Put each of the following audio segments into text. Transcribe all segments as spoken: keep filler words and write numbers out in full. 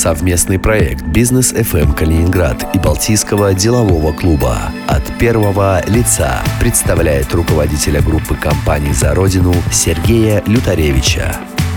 Совместный проект «Бизнес эф эм Калининград» и Балтийского делового клуба «От первого лица» представляет руководителя группы компаний «За Родину» Сергея Лютаревича.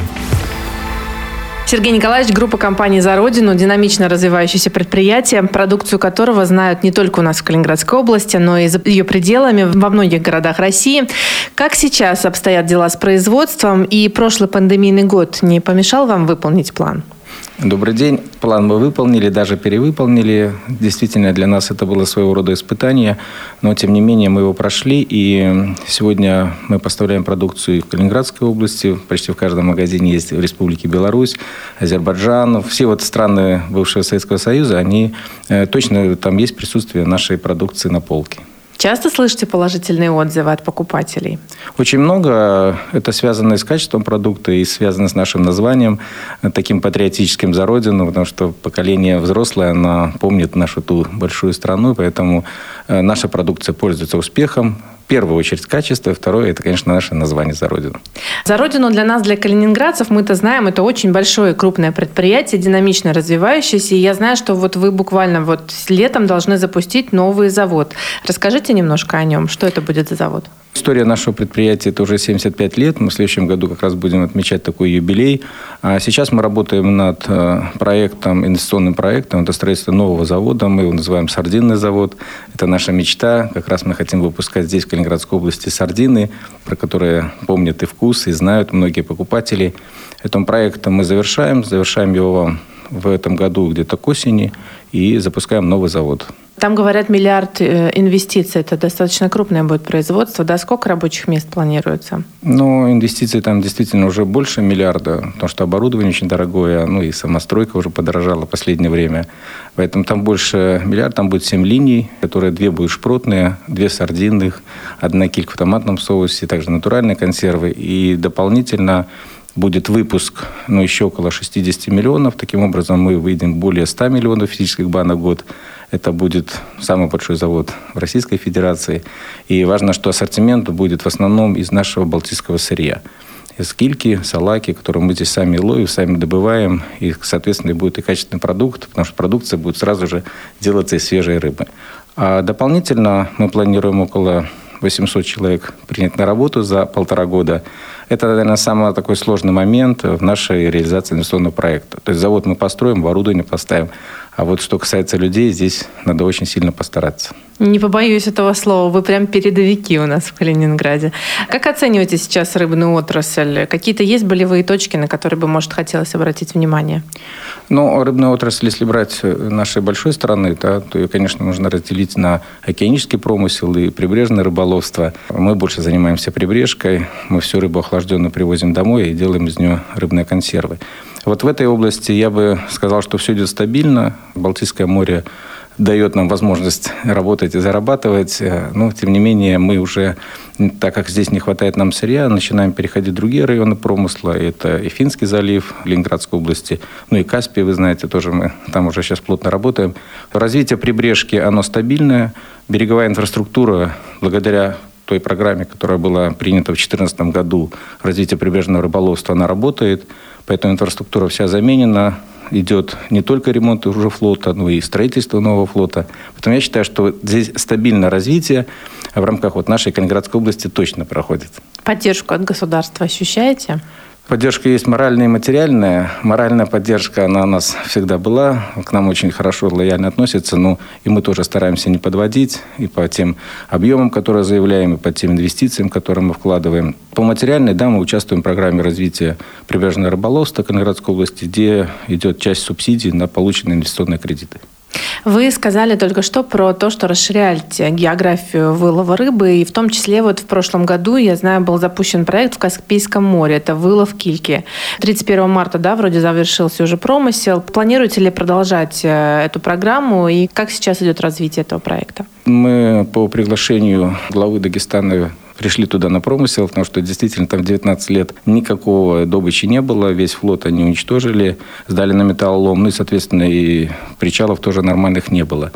Сергей Николаевич, группа компаний «За Родину» – динамично развивающееся предприятие, продукцию которого знают не только у нас в Калининградской области, но и за ее пределами во многих городах России. Как сейчас обстоят дела с производством, и прошлый пандемийный год не помешал вам выполнить план? Добрый день. План мы выполнили, даже перевыполнили. Действительно, для нас это было своего рода испытание, но, тем не менее, мы его прошли. И сегодня мы поставляем продукцию в Калининградской области. Почти в каждом магазине есть в Республике Беларусь, Азербайджан. Все вот страны бывшего Советского Союза, они точно, там есть присутствие нашей продукции на полке. Часто слышите положительные отзывы от покупателей? Очень много. Это связано и с качеством продукта, и связано с нашим названием, таким патриотическим «За Родину», потому что поколение взрослое, оно помнит нашу ту большую страну, поэтому наша продукция пользуется успехом. В первую очередь качество, второе – это, конечно, наше название «За Родину». «За Родину» для нас, для калининградцев, мы-то знаем, это очень большое и крупное предприятие, динамично развивающееся. И я знаю, что вот вы буквально вот летом должны запустить новый завод. Расскажите немножко о нем. Что это будет за завод? История нашего предприятия – это уже семьдесят пять лет. Мы в следующем году как раз будем отмечать такой юбилей. А сейчас мы работаем над проектом, инвестиционным проектом. Это строительство нового завода. Мы его называем «Сардинный завод». Это наша мечта. Как раз мы хотим выпускать здесь, в Калининградской области, сардины, про которые помнят и вкус, и знают многие покупатели. Этим проектом мы завершаем. Завершаем его в этом году где-то к осени и запускаем новый завод. Там, говорят, миллиард инвестиций. Это достаточно крупное будет производство. Да, сколько рабочих мест планируется? Ну, инвестиций там действительно уже больше миллиарда, потому что оборудование очень дорогое, ну и сама стройка уже подорожала в последнее время. Поэтому там больше миллиарда, там будет семь линий, которые две будут шпротные, две сардинных, одна килька в томатном соусе, также натуральные консервы. И дополнительно будет выпуск, ну, еще около шестьдесят миллионов. Таким образом, мы выйдем более ста миллионов физических банок в год. Это будет самый большой завод в Российской Федерации. И важно, что ассортимент будет в основном из нашего балтийского сырья. Из кильки, салаки, которые мы здесь сами ловим, сами добываем. И, соответственно, будет и качественный продукт, потому что продукция будет сразу же делаться из свежей рыбы. А дополнительно мы планируем около восемьсот человек принять на работу за полтора года. Это, наверное, самый такой сложный момент в нашей реализации инвестиционного проекта. То есть завод мы построим, оборудование поставим. А вот что касается людей, здесь надо очень сильно постараться. Не побоюсь этого слова. Вы прям передовики у нас в Калининграде. Как оцениваете сейчас рыбную отрасль? Какие-то есть болевые точки, на которые бы, может, хотелось обратить внимание? Ну, рыбную отрасль, если брать нашей большой страны, да, то ее, конечно, нужно разделить на океанический промысел и прибрежное рыболовство. Мы больше занимаемся прибрежкой. Мы всю рыбу охлажденную привозим домой и делаем из нее рыбные консервы. Вот в этой области я бы сказал, что все идет стабильно. Балтийское море дает нам возможность работать и зарабатывать. Но, тем не менее, мы уже, так как здесь не хватает нам сырья, начинаем переходить в другие районы промысла. Это и Финский залив в Ленинградской области, ну и Каспий, вы знаете, тоже мы там уже сейчас плотно работаем. Развитие прибрежки, оно стабильное. Береговая инфраструктура, благодаря той программе, которая была принята в две тысячи четырнадцатом году, развитие прибрежного рыболовства, она работает. Поэтому инфраструктура вся заменена. Идет не только ремонт уже флота, но и строительство нового флота. Поэтому я считаю, что здесь стабильное развитие в рамках вот нашей Калининградской области точно проходит. Поддержку от государства ощущаете? Поддержка есть моральная и материальная. Моральная поддержка, она у нас всегда была. К нам очень хорошо, лояльно относятся. Но и мы тоже стараемся не подводить. И по тем объемам, которые заявляем, и по тем инвестициям, которые мы вкладываем. По материальной, да, мы участвуем в программе развития прибрежного рыболовства Калининградской области, где идет часть субсидий на полученные инвестиционные кредиты. Вы сказали только что про то, что расширяете географию вылова рыбы, и в том числе вот в прошлом году, я знаю, был запущен проект в Каспийском море, это вылов кильки. тридцать первого марта, да, вроде завершился уже промысел. Планируете ли продолжать эту программу, и как сейчас идет развитие этого проекта? Мы по приглашению главы Дагестана пришли туда на промысел, потому что действительно там девятнадцать лет никакого добычи не было, весь флот они уничтожили, сдали на металлолом, ну и, соответственно, и причалов тоже нормальных не было.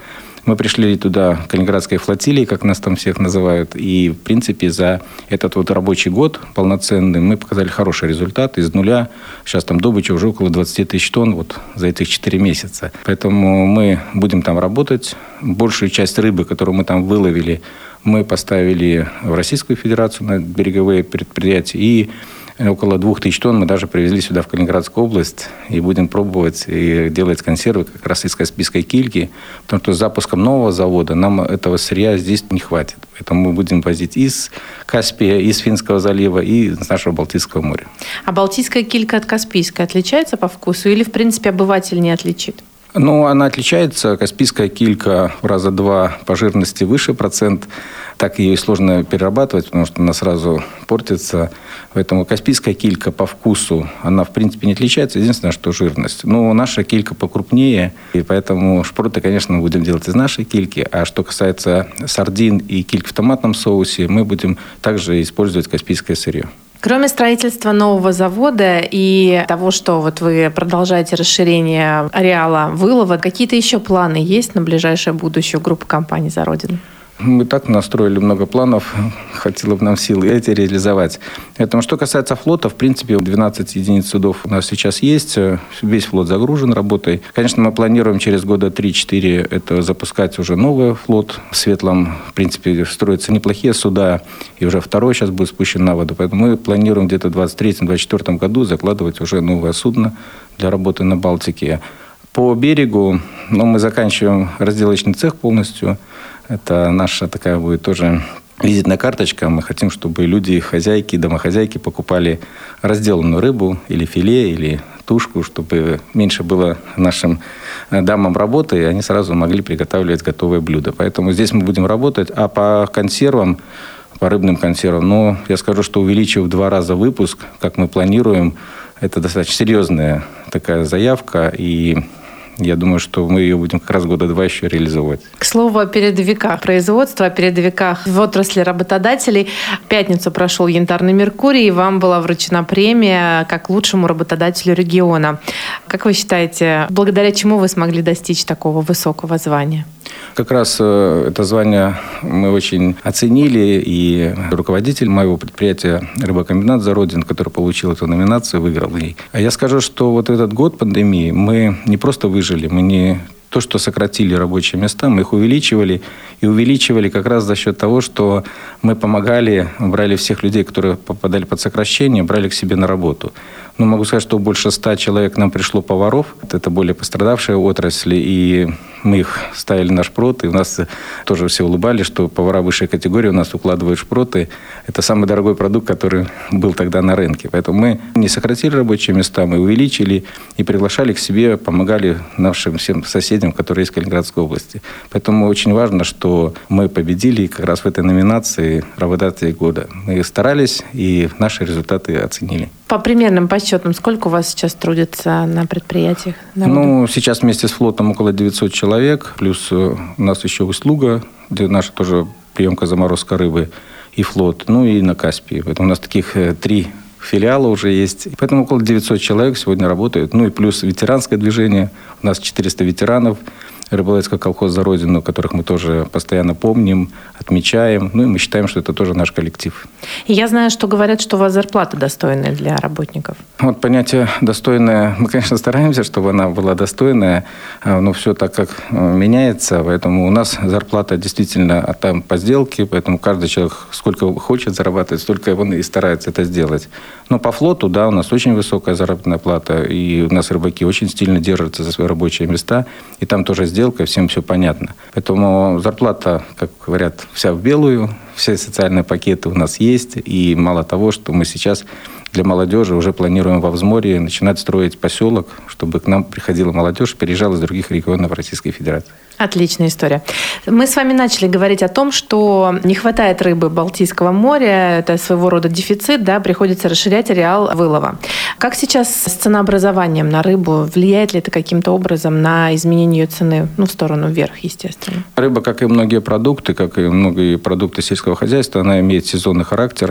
Мы пришли туда Калининградской флотилией, как нас там всех называют, и, в принципе, за этот вот рабочий год полноценный мы показали хороший результат. Из нуля сейчас там добыча уже около двадцать тысяч тонн вот за этих четыре месяца. Поэтому мы будем там работать. Большую часть рыбы, которую мы там выловили, мы поставили в Российскую Федерацию на береговые предприятия. И около двух тысяч тонн мы даже привезли сюда, в Калининградскую область, и будем пробовать и делать консервы как раз из Каспийской кильки, потому что с запуском нового завода нам этого сырья здесь не хватит. Поэтому мы будем возить из Каспия, из Финского залива и из нашего Балтийского моря. А Балтийская килька от Каспийской отличается по вкусу или, в принципе, обыватель не отличит? Ну, она отличается. Каспийская килька в раза два по жирности выше процент. Так ее и сложно перерабатывать, потому что она сразу портится. Поэтому Каспийская килька по вкусу, она, в принципе, не отличается. Единственное, что жирность. Но наша килька покрупнее, и поэтому шпроты, конечно, мы будем делать из нашей кильки. А что касается сардин и кильк в томатном соусе, мы будем также использовать каспийское сырье. Кроме строительства нового завода и того, что вот вы продолжаете расширение ареала вылова, какие-то еще планы есть на ближайшее будущее у группы компаний «За Родину»? Мы так настроили много планов, хватило бы нам сил эти реализовать. Поэтому, что касается флота, в принципе, двенадцать единиц судов у нас сейчас есть. Весь флот загружен работой. Конечно, мы планируем через года три-четыре это запускать уже новый флот. В Светлом, в принципе, строятся неплохие суда. И уже второй сейчас будет спущен на воду. Поэтому мы планируем где-то в двадцать третьем - двадцать четвёртом году закладывать уже новое судно для работы на Балтике. По берегу, ну, мы заканчиваем разделочный цех полностью. Это наша такая будет тоже визитная карточка. Мы хотим, чтобы люди, хозяйки, домохозяйки покупали разделанную рыбу или филе, или тушку, чтобы меньше было нашим дамам работы, и они сразу могли приготавливать готовые блюда. Поэтому здесь мы будем работать. А по консервам, по рыбным консервам, ну, я скажу, что увеличив в два раза выпуск, как мы планируем, это достаточно серьезная такая заявка, и я думаю, что мы ее будем как раз года два еще реализовывать. К слову о передовиках производства, о передовиках в отрасли работодателей. В пятницу прошел «Янтарный Меркурий», и вам была вручена премия как лучшему работодателю региона. Как вы считаете, благодаря чему вы смогли достичь такого высокого звания? Как раз это звание мы очень оценили, и руководитель моего предприятия «Рыбокомбинат «За Родину», который получил эту номинацию, выиграл ей. А я скажу, что вот этот год пандемии мы не просто выжили, мы не то, что сократили рабочие места, мы их увеличивали. И увеличивали как раз за счет того, что мы помогали, брали всех людей, которые попадали под сокращение, брали к себе на работу. Но могу сказать, что больше ста человек к нам пришло поваров. Это более пострадавшие отрасли, и мы их ставили на шпроты. И у нас тоже все улыбались, что повара высшей категории у нас укладывают шпроты. Это самый дорогой продукт, который был тогда на рынке. Поэтому мы не сократили рабочие места, мы увеличили и приглашали к себе, помогали нашим всем соседям, которые есть в Калининградской области. Поэтому очень важно, что мы победили как раз в этой номинации «Работодатель года». Мы старались, и наши результаты оценили. По примерным подсчетам, сколько у вас сейчас трудится на предприятиях? Ну, сейчас вместе с флотом около девятьсот человек, плюс у нас еще услуга, где наша тоже приемка, заморозка рыбы, и флот, ну и на Каспии. Поэтому у нас таких три филиала уже есть. Поэтому около девятьсот человек сегодня работают. Ну и плюс ветеранское движение. У нас четыреста ветеранов рыболовецкого колхоза «За Родину», которых мы тоже постоянно помним, отмечаем. Ну и мы считаем, что это тоже наш коллектив. И я знаю, что говорят, что у вас зарплата достойная для работников. Вот понятие «достойная», мы, конечно, стараемся, чтобы она была достойная, но все так как меняется, поэтому у нас зарплата действительно а там по сделке, поэтому каждый человек сколько хочет зарабатывать, столько он и старается это сделать. Но по флоту, да, у нас очень высокая заработная плата, и у нас рыбаки очень стильно держатся за свои рабочие места, и там тоже сделка, всем все понятно. Поэтому зарплата, как говорят, вся в белую, все социальные пакеты у нас есть, и мало того, что мы сейчас для молодежи уже планируем во Взморье начинать строить поселок, чтобы к нам приходила молодежь, переезжала из других регионов Российской Федерации. Отличная история. Мы с вами начали говорить о том, что не хватает рыбы Балтийского моря, это своего рода дефицит, да, приходится расширять ареал вылова. Как сейчас с ценообразованием на рыбу? Влияет ли это каким-то образом на изменение ее цены, ну, в сторону вверх, естественно? Рыба, как и многие продукты, как и многие продукты сельского хозяйства, она имеет сезонный характер.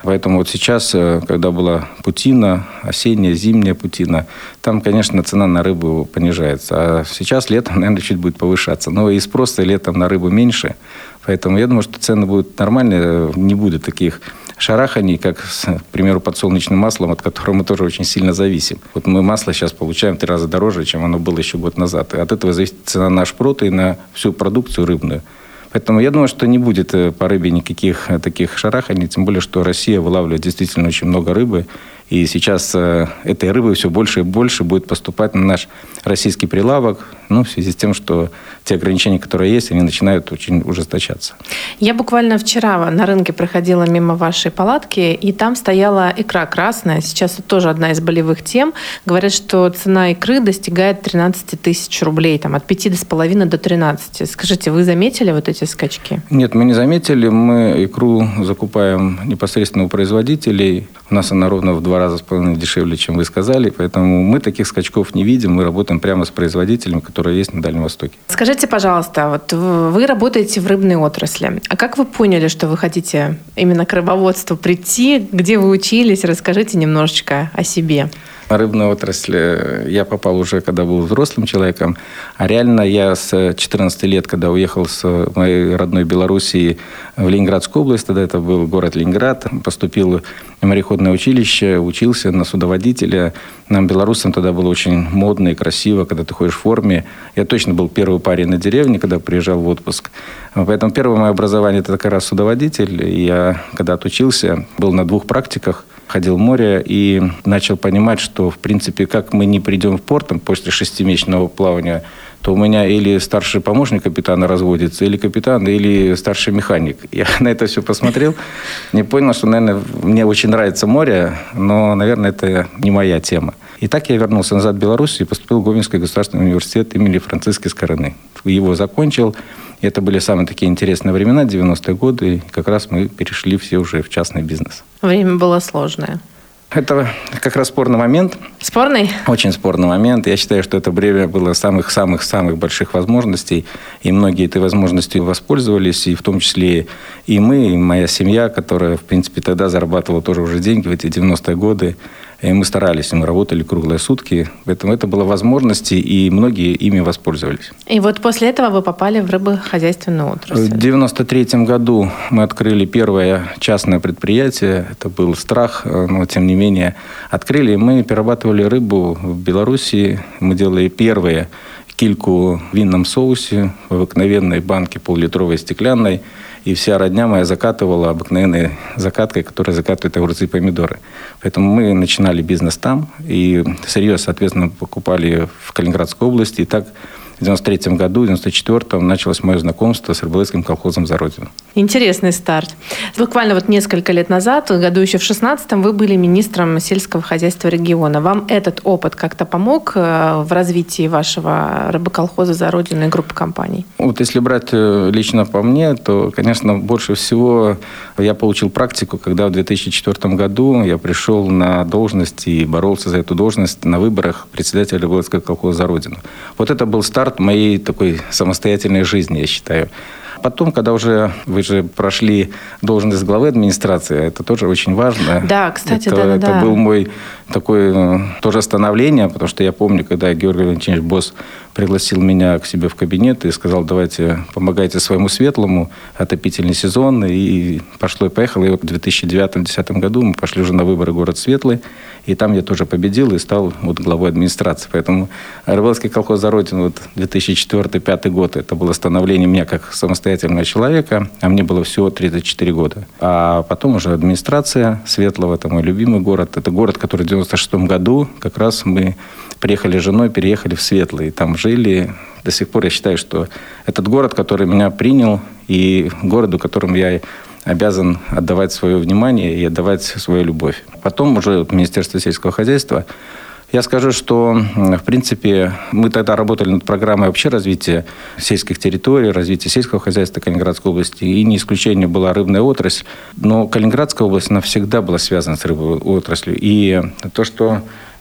Поэтому вот сейчас, когда была путина, осенняя, зимняя путина, там, конечно, цена на рыбу понижается. А сейчас летом, наверное, чуть будет повышаться. Но и спроса летом на рыбу меньше. Поэтому я думаю, что цены будут нормальные, не будет таких шараханий, как, к примеру, подсолнечным маслом, от которого мы тоже очень сильно зависим. Вот мы масло сейчас получаем в три раза дороже, чем оно было еще год назад. И от этого зависит цена на шпроты и на всю продукцию рыбную. Поэтому я думаю, что не будет по рыбе никаких таких шараханий, тем более, что Россия вылавливает действительно очень много рыбы. И сейчас этой рыбы все больше и больше будет поступать на наш российский прилавок, ну, в связи с тем, что те ограничения, которые есть, они начинают очень ужесточаться. Я буквально вчера на рынке проходила мимо вашей палатки, и там стояла икра красная. Сейчас это тоже одна из болевых тем. Говорят, что цена икры достигает тринадцать тысяч рублей, там, от пяти с половиной до тринадцати. Скажите, вы заметили вот эти скачки? Нет, мы не заметили. Мы икру закупаем непосредственно у производителей. У нас она ровно в два раза с половиной дешевле, чем вы сказали. Поэтому мы таких скачков не видим. Мы работаем прямо с производителями, которые есть на Дальнем Востоке. Скажите, пожалуйста, вот вы работаете в рыбной отрасли. А как вы поняли, что вы хотите именно к рыбоводству прийти? Где вы учились? Расскажите немножечко о себе. На рыбную отрасль я попал уже, когда был взрослым человеком. А реально я с четырнадцати лет, когда уехал с моей родной Белоруссии в Ленинградскую область, тогда это был город Ленинград, поступил в мореходное училище, учился на судоводителя. Нам, белорусам, тогда было очень модно и красиво, когда ты ходишь в форме. Я точно был первый парень на деревне, когда приезжал в отпуск. Поэтому первое мое образование – это как раз судоводитель. И я, когда отучился, был на двух практиках. Ходил в море и начал понимать, что, в принципе, как мы не придем в порт после шестимесячного плавания, то у меня или старший помощник капитана разводится, или капитан, или старший механик. Я на это все посмотрел, не понял, что, наверное, мне очень нравится море, но, наверное, это не моя тема. И так я вернулся назад в Беларусь и поступил в Гомельский государственный университет имени Франциска Скорины. Его закончил. И это были самые такие интересные времена, девяностые годы. И как раз мы перешли все уже в частный бизнес. Время было сложное. Это как раз спорный момент. Спорный? Очень спорный момент. Я считаю, что это время было самых-самых-самых больших возможностей. И многие этой возможностью воспользовались. И в том числе и мы, и моя семья, которая, в принципе, тогда зарабатывала тоже уже деньги в эти девяностые годы. И мы старались, и мы работали круглые сутки. Поэтому это было возможности, и многие ими воспользовались. И вот после этого вы попали в рыбохозяйственную отрасль. В девяносто третьем году мы открыли первое частное предприятие. Это был страх, но тем не менее открыли. Мы перерабатывали рыбу в Белоруссии. Мы делали первые кильку в винном соусе в обыкновенной банке полулитровой стеклянной. И вся родня моя закатывала обыкновенной закаткой, которая закатывает огурцы и помидоры. Поэтому мы начинали бизнес там. И сырье, соответственно, покупали в Калининградской области. И так в девяносто третьем году, в девяносто четвёртом началось мое знакомство с рыболовецким колхозом «За Родину». Интересный старт. Буквально вот несколько лет назад, в году еще в шестнадцатом, вы были министром сельского хозяйства региона. Вам этот опыт как-то помог в развитии вашего рыбоколхоза «За Родину» и группы компаний? Вот если брать лично по мне, то, конечно, больше всего я получил практику, когда в две тысячи четвёртом году я пришел на должность и боролся за эту должность на выборах председателя рыболовецкого колхоза «За Родину». Вот это был старт моей такой самостоятельной жизни, я считаю. Потом, когда уже вы же прошли должность главы администрации, это тоже очень важно. Да, кстати, это, да, да. Это да. был мой такое тоже становление, потому что я помню, когда Георгий Валентинович Босс пригласил меня к себе в кабинет и сказал: давайте помогайте своему светлому, отопительный сезон. И пошло и поехало. И вот в две тысячи девятом — две тысячи десятом году мы пошли уже на выборы город Светлый. И там я тоже победил и стал вот главой администрации. Поэтому рыболовецкий колхоз «За Родину» вот две тысячи четвёртый — две тысячи пятый год, это было становление меня как самостоятельного человека, а мне было всего тридцать четыре года. А потом уже администрация Светлого, это мой любимый город. Это город, который в девяносто шестом году как раз мы приехали с женой, переехали в Светлый. И там жили. До сих пор я считаю, что этот город, который меня принял, и городу, которому я обязан отдавать свое внимание и отдавать свою любовь. Потом уже в Министерстве сельского хозяйства я скажу, что, в принципе, мы тогда работали над программой вообще развития сельских территорий, развития сельского хозяйства Калининградской области, и не исключение была рыбная отрасль. Но Калининградская область, она всегда была связана с рыбной отраслью. И то, что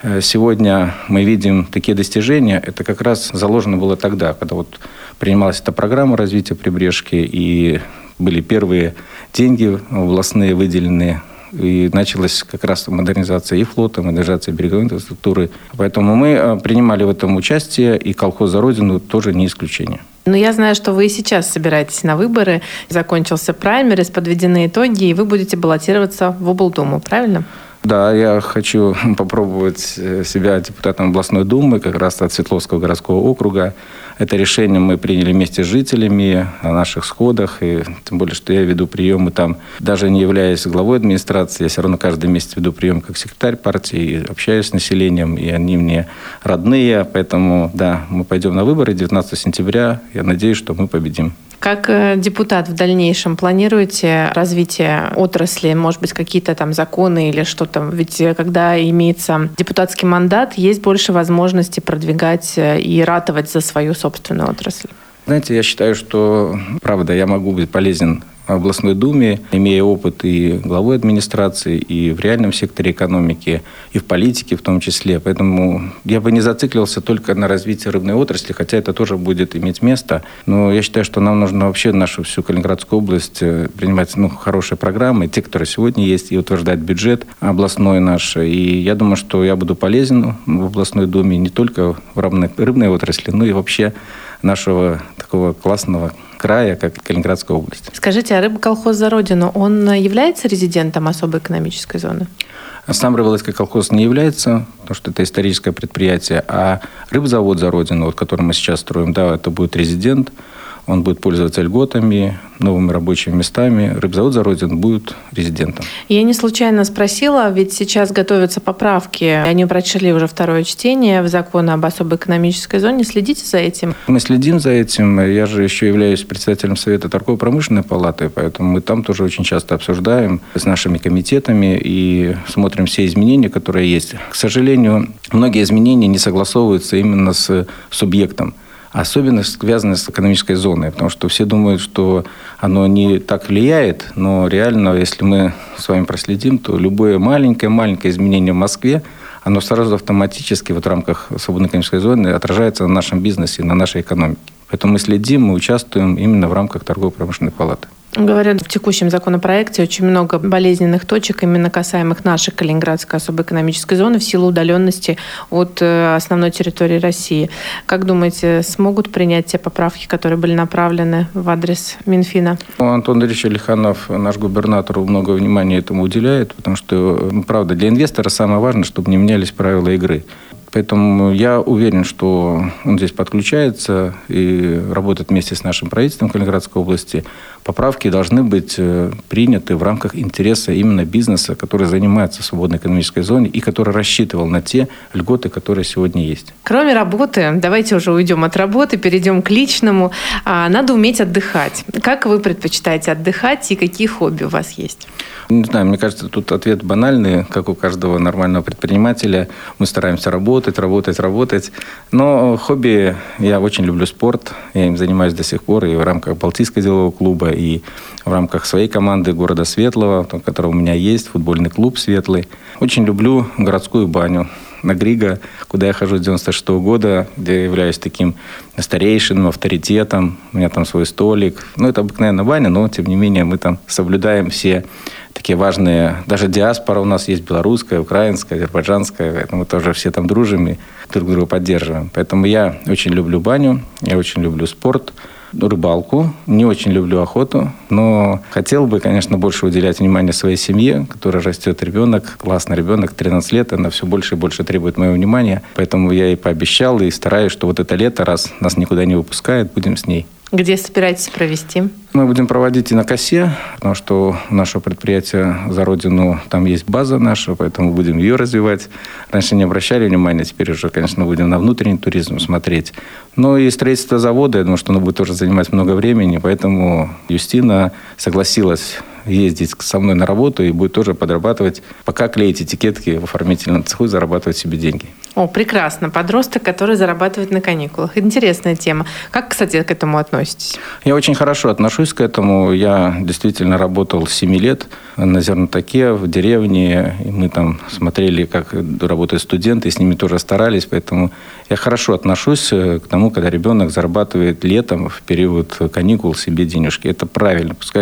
сегодня мы видим такие достижения, это как раз заложено было тогда, когда вот принималась эта программа развития прибрежки, и были первые деньги областные выделенные и началась как раз модернизация и флота, модернизация береговой инфраструктуры. Поэтому мы принимали в этом участие, и колхоз «За Родину» тоже не исключение. Но я знаю, что вы и сейчас собираетесь на выборы. Закончился праймерис, подведены итоги, и вы будете баллотироваться в облдуму, правильно? Да, я хочу попробовать себя депутатом областной думы, как раз от Свердловского городского округа. Это решение мы приняли вместе с жителями на наших сходах, и тем более, что я веду приемы там, даже не являясь главой администрации, я все равно каждый месяц веду прием как секретарь партии, и общаюсь с населением, и они мне родные, поэтому, да, мы пойдем на выборы девятнадцатого сентября, я надеюсь, что мы победим. Как депутат в дальнейшем планируете развитие отрасли, может быть, какие-то там законы или что-то? Ведь когда имеется депутатский мандат, есть больше возможностей продвигать и ратовать за свою собственную отрасль. Знаете, я считаю, что, правда, я могу быть полезен в областной думе, имея опыт и главой администрации, и в реальном секторе экономики, и в политике в том числе. Поэтому я бы не зацикливался только на развитии рыбной отрасли, хотя это тоже будет иметь место. Но я считаю, что нам нужно вообще нашу всю Калининградскую область принимать ну, хорошие программы, те, которые сегодня есть, и утверждать бюджет областной наш. И я думаю, что я буду полезен в областной думе не только в рыбной отрасли, но и вообще нашего такого классного края, как Калининградская область. Скажите, а рыбоколхоз «За Родину», он является резидентом особой экономической зоны? Сам рыболовецкий колхоз не является, потому что это историческое предприятие, а рыбзавод «За Родину», вот, который мы сейчас строим, да, это будет резидент, он будет пользоваться льготами, новыми рабочими местами. Рыбзавод «За Родину» будет резидентом. Я не случайно спросила, ведь сейчас готовятся поправки. Они прошли уже второе чтение в закон об особой экономической зоне. Следите за этим? Мы следим за этим. Я же еще являюсь председателем Совета торгово-промышленной палаты, поэтому мы там тоже очень часто обсуждаем с нашими комитетами и смотрим все изменения, которые есть. К сожалению, многие изменения не согласовываются именно с субъектом. Особенно связано с экономической зоной, потому что все думают, что оно не так влияет, но реально, если мы с вами проследим, то любое маленькое-маленькое изменение в Москве, оно сразу автоматически вот в рамках свободной экономической зоны отражается на нашем бизнесе, на нашей экономике. Поэтому мы следим, мы участвуем именно в рамках торгово-промышленной палаты. Говорят, в текущем законопроекте очень много болезненных точек, именно касаемых нашей Калининградской особой экономической зоны в силу удаленности от основной территории России. Как думаете, смогут принять те поправки, которые были направлены в адрес Минфина? Антон Ильич Алиханов, наш губернатор, много внимания этому уделяет, потому что, ну, правда, для инвестора самое важное, чтобы не менялись правила игры. Поэтому я уверен, что он здесь подключается и работает вместе с нашим правительством Калининградской области. Поправки должны быть приняты в рамках интереса именно бизнеса, который занимается в свободной экономической зоне и который рассчитывал на те льготы, которые сегодня есть. Кроме работы, давайте уже уйдем от работы, перейдем к личному. Надо уметь отдыхать. Как вы предпочитаете отдыхать и какие хобби у вас есть? Не знаю, мне кажется, тут ответ банальный, как у каждого нормального предпринимателя. Мы стараемся работать, работать, работать. Но хобби, я очень люблю спорт. Я им занимаюсь до сих пор и в рамках Балтийского делового клуба, и в рамках своей команды города Светлого, которая у меня есть, футбольный клуб «Светлый». Очень люблю городскую баню на Григо, куда я хожу с девяносто шестого года, где я являюсь таким старейшином, авторитетом. У меня там свой столик. Ну, это обыкновенная баня, но, тем не менее, мы там соблюдаем все такие важные... Даже диаспора у нас есть белорусская, украинская, азербайджанская. Поэтому мы тоже все там дружим и друг друга поддерживаем. Поэтому я очень люблю баню, я очень люблю спорт, рыбалку. Не очень люблю охоту, но хотел бы, конечно, больше уделять внимание своей семье, которая растет ребенок, классный ребенок, тринадцать лет, она все больше и больше требует моего внимания. Поэтому я и пообещал, и стараюсь, что вот это лето, раз нас никуда не выпускает, будем с ней. Где собираетесь провести? Мы будем проводить и на косе, потому что у нашего предприятия «За Родину» там есть база наша, поэтому будем ее развивать. Раньше не обращали внимания, теперь уже, конечно, будем на внутренний туризм смотреть. Но и строительство завода, я думаю, что оно будет тоже занимать много времени, поэтому Юстина согласилась ездить со мной на работу и будет тоже подрабатывать, пока клеить этикетки в оформительном цеху и зарабатывать себе деньги. О, прекрасно. Подросток, который зарабатывает на каникулах. Интересная тема. Как, кстати, к этому относитесь? Я очень хорошо отношусь к этому. Я действительно работал с семи лет на зернотаке в деревне. И мы там смотрели, как работают студенты, и с ними тоже старались. Поэтому я хорошо отношусь к тому, когда ребенок зарабатывает летом в период каникул себе денежки. Это правильно. Пускай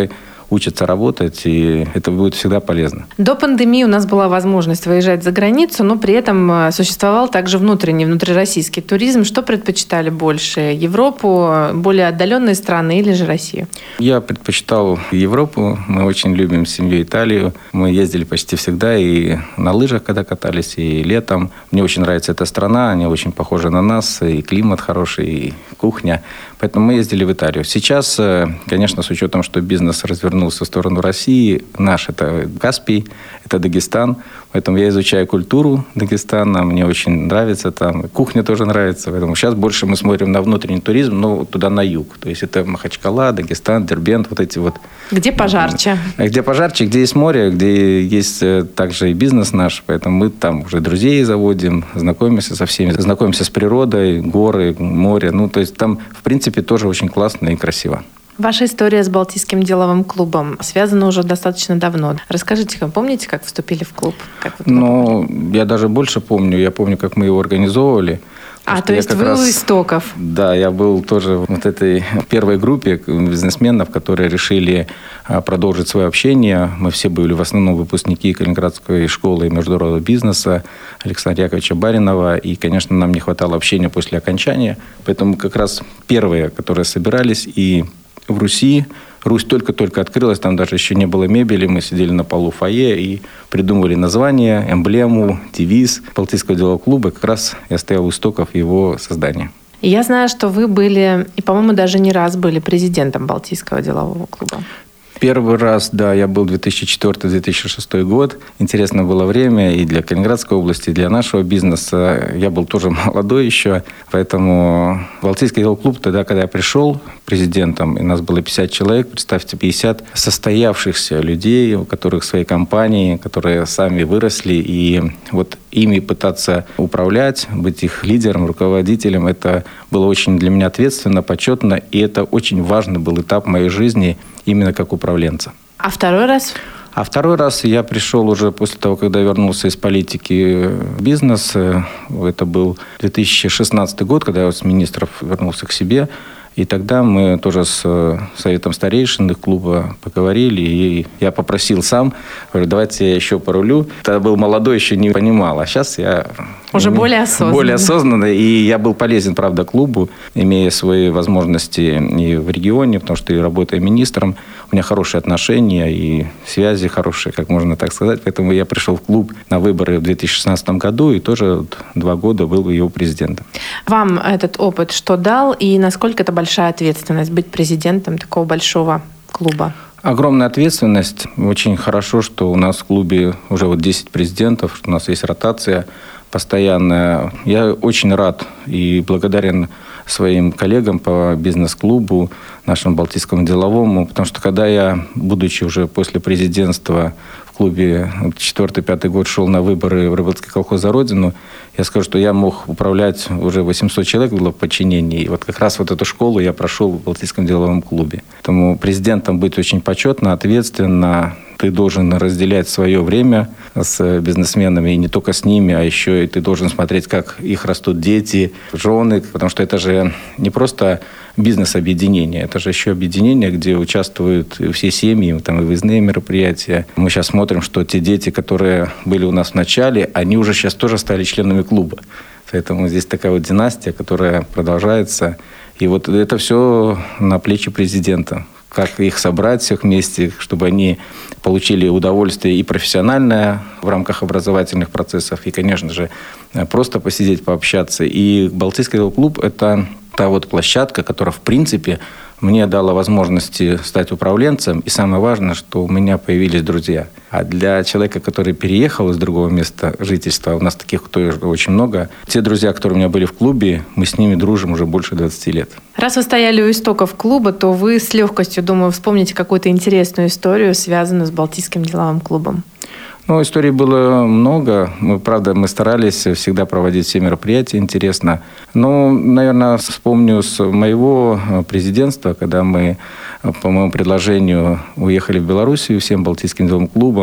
учатся работать, и это будет всегда полезно. До пандемии у нас была возможность выезжать за границу, но при этом существовал также внутренний, внутрироссийский туризм. Что предпочитали больше? Европу, более отдаленные страны или же Россию? Я предпочитал Европу. Мы очень любим семью Италию. Мы ездили почти всегда и на лыжах, когда катались, и летом. Мне очень нравится эта страна, они очень похожи на нас, и климат хороший, и кухня. Поэтому мы ездили в Италию. Сейчас, конечно, с учетом, что бизнес развернулся в сторону России, наш это Каспий, это Дагестан. Поэтому я изучаю культуру Дагестана, мне очень нравится там. Кухня тоже нравится. Поэтому сейчас больше мы смотрим на внутренний туризм, но туда на юг. То есть это Махачкала, Дагестан, Дербент, вот эти вот. Где пожарче? Где пожарче, где есть море, где есть также и бизнес наш. Поэтому мы там уже друзей заводим, знакомимся со всеми, знакомимся с природой, горы, море. Ну, то есть там, в принципе, тоже очень классно и красиво. Ваша история с Балтийским деловым клубом связана уже достаточно давно. Расскажите, вы помните, как вступили в клуб? Как вы ну, я даже больше помню. Я помню, как мы его организовывали. А, то есть вы раз, у истоков? Да, я был тоже в вот этой первой группе бизнесменов, которые решили продолжить свое общение. Мы все были в основном выпускники Калининградской школы международного бизнеса Александра Яковлевича Баринова. И, конечно, нам не хватало общения после окончания. Поэтому как раз первые, которые собирались, и в Руси. Русь только-только открылась, там даже еще не было мебели. Мы сидели на полу фойе и придумывали название, эмблему, девиз Балтийского делового клуба. Как раз я стоял у истоков его создания. Я знаю, что вы были, и, по-моему, даже не раз были президентом Балтийского делового клуба. Первый раз, да, я был две тысячи четвёртый - две тысячи шестой год. Интересно было время и для Калининградской области, и для нашего бизнеса. Я был тоже молодой еще, поэтому Балтийский деловой клуб тогда, когда я пришел президентом, и нас было пятьдесят человек, представьте, пятьдесят состоявшихся людей, у которых свои компании, которые сами выросли, и вот ими пытаться управлять, быть их лидером, руководителем, это было очень для меня ответственно, почетно, и это очень важный был этап моей жизни именно как управленца. А второй раз? А второй раз я пришел уже после того, когда вернулся из политики в бизнес. Это был две тысячи шестнадцатый год, когда я с министров вернулся к себе. И тогда мы тоже с советом старейшин их клуба поговорили, и я попросил сам, говорю, давайте я еще порулю. Тогда был молодой, еще не понимал, а сейчас я... Уже более осознанно. Более осознанно, и я был полезен, правда, клубу, имея свои возможности и в регионе, потому что и работая министром, у меня хорошие отношения и связи хорошие, как можно так сказать. Поэтому я пришел в клуб на выборы в две тысячи шестнадцатом году, и тоже два года был его президентом. Вам этот опыт что дал, и насколько это большая ответственность быть президентом такого большого клуба? Огромная ответственность. Очень хорошо, что у нас в клубе уже вот десять президентов, что у нас есть ротация постоянная. Я очень рад и благодарен своим коллегам по бизнес-клубу, нашему Балтийскому деловому, потому что когда я, будучи уже после президентства в клубе четвёртый-пятый год, шел на выборы в Рыбацкий колхоз «За Родину», я скажу, что я мог управлять, уже восемьсот человек было в подчинении. И вот как раз вот эту школу я прошел в Балтийском деловом клубе. Поэтому президентом быть очень почетно, ответственно. Ты должен разделять свое время с бизнесменами, и не только с ними, а еще и ты должен смотреть, как их растут дети, жены, потому что это же не просто бизнес-объединение, это же еще объединение, где участвуют все семьи, там и выездные мероприятия. Мы сейчас смотрим, что те дети, которые были у нас в начале, они уже сейчас тоже стали членами клуба. Поэтому здесь такая вот династия, которая продолжается. И вот это все на плечи президента. Как их собрать всех вместе, чтобы они получили удовольствие и профессиональное в рамках образовательных процессов, и, конечно же, просто посидеть, пообщаться. И Балтийский деловой клуб – это та вот площадка, которая, в принципе, мне дала возможности стать управленцем. И самое важное, что у меня появились друзья. А для человека, который переехал из другого места жительства, у нас таких тоже очень много, те друзья, которые у меня были в клубе, мы с ними дружим уже больше двадцати лет. Раз вы стояли у истоков клуба, то вы с легкостью, думаю, вспомните какую-то интересную историю, связанную с Балтийским деловым клубом. Ну, историй было много. Мы, правда, мы старались всегда проводить все мероприятия интересно. Но, наверное, вспомню с моего президентства, когда мы по моему предложению уехали в Белоруссию всем Балтийским деловым клубом.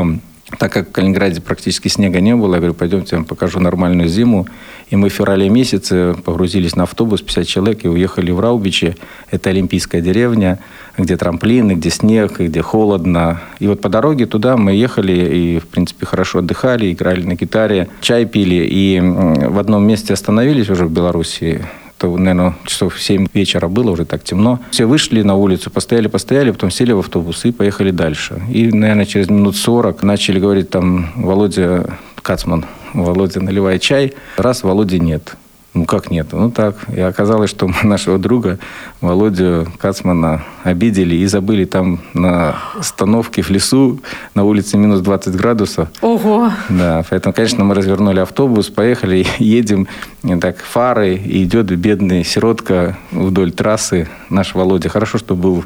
Так как в Калининграде практически снега не было, я говорю, пойдемте, я вам покажу нормальную зиму. И мы в феврале месяце погрузились на автобус, пятьдесят человек, и уехали в Раубичи. Это олимпийская деревня, где трамплины, где снег, где холодно. И вот по дороге туда мы ехали и, в принципе, хорошо отдыхали, играли на гитаре, чай пили. И в одном месте остановились уже в Беларуси. Это, наверное, часов в семь вечера было, уже так темно. Все вышли на улицу, постояли-постояли, потом сели в автобус и поехали дальше. И, наверное, через минут сорок начали говорить там Володя Кацман, Володя, наливай чай. Раз, Володи нет. Ну, как нет? Ну, так. И оказалось, что мы нашего друга Володю Кацмана обидели и забыли там на остановке в лесу, на улице минус двадцать градусов. Ого! Да, поэтому, конечно, мы развернули автобус, поехали, едем, и так, фары, и идет бедный сиротка вдоль трассы. Наш Володя, хорошо, что был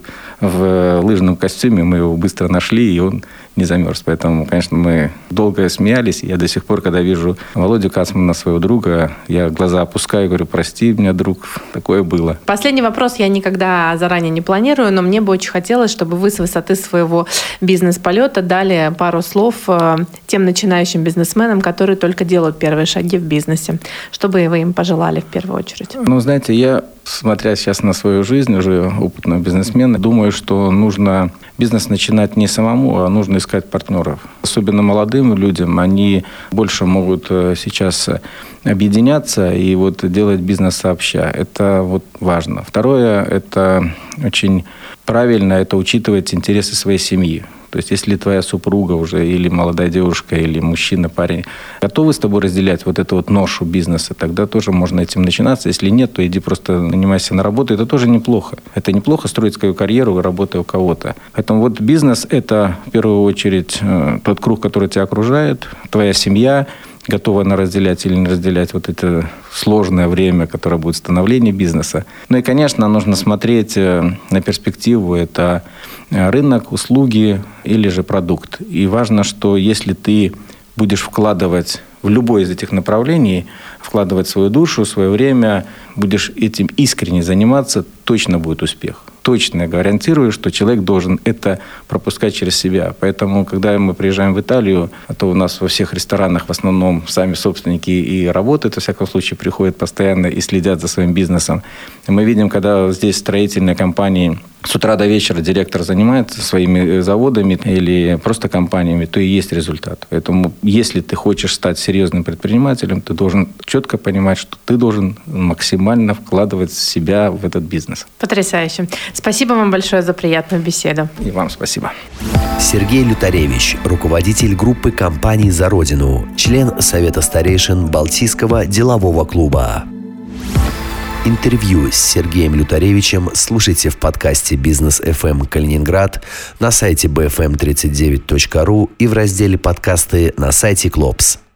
в лыжном костюме, мы его быстро нашли, и он не замерз. Поэтому, конечно, мы долго смеялись. Я до сих пор, когда вижу Володю Кацмана, своего друга, я глаза опускаю и говорю, прости меня, друг, такое было. Последний вопрос я никогда заранее не планирую, но мне бы очень хотелось, чтобы вы с высоты своего бизнес-полета дали пару слов тем начинающим бизнесменам, которые только делают первые шаги в бизнесе. Что бы вы им пожелали в первую очередь? Ну, знаете, я, смотря сейчас на свою жизнь, уже опытного бизнесмена, думаю, что нужно бизнес начинать не самому, а нужно искать партнеров. Особенно молодым людям, они больше могут сейчас объединяться и вот делать бизнес сообща. Это вот важно. Второе, это очень правильно, это учитывать интересы своей семьи. То есть, если твоя супруга уже, или молодая девушка, или мужчина, парень, готовы с тобой разделять вот эту вот ношу бизнеса, тогда тоже можно этим начинаться. Если нет, то иди просто нанимайся на работу. Это тоже неплохо. Это неплохо строить свою карьеру, работая у кого-то. Поэтому вот бизнес – это, в первую очередь, тот круг, который тебя окружает, твоя семья, готова она разделять или не разделять вот это сложное время, которое будет становление бизнеса. Ну и, конечно, нужно смотреть на перспективу. Это рынок, услуги или же продукт. И важно, что если ты будешь вкладывать в любое из этих направлений, вкладывать свою душу, свое время, будешь этим искренне заниматься, точно будет успех. Точно гарантирую, что человек должен это пропускать через себя. Поэтому, когда мы приезжаем в Италию, а то у нас во всех ресторанах в основном сами собственники и работают, во всяком случае, приходят постоянно и следят за своим бизнесом. И мы видим, когда здесь строительные компании с утра до вечера директор занимается своими заводами или просто компаниями, то и есть результат. Поэтому, если ты хочешь стать серьезным предпринимателем, ты должен четко понимать, что ты должен максимально вкладывать себя в этот бизнес. Потрясающе. Спасибо вам большое за приятную беседу. И вам спасибо. Сергей Лютаревич, руководитель группы компаний «За Родину», член Совета старейшин Балтийского делового клуба. Интервью с Сергеем Лютаревичем слушайте в подкасте «Бизнес эф эм Калининград», на сайте би эф эм тридцать девять точка ру и в разделе «Подкасты» на сайте Клопс.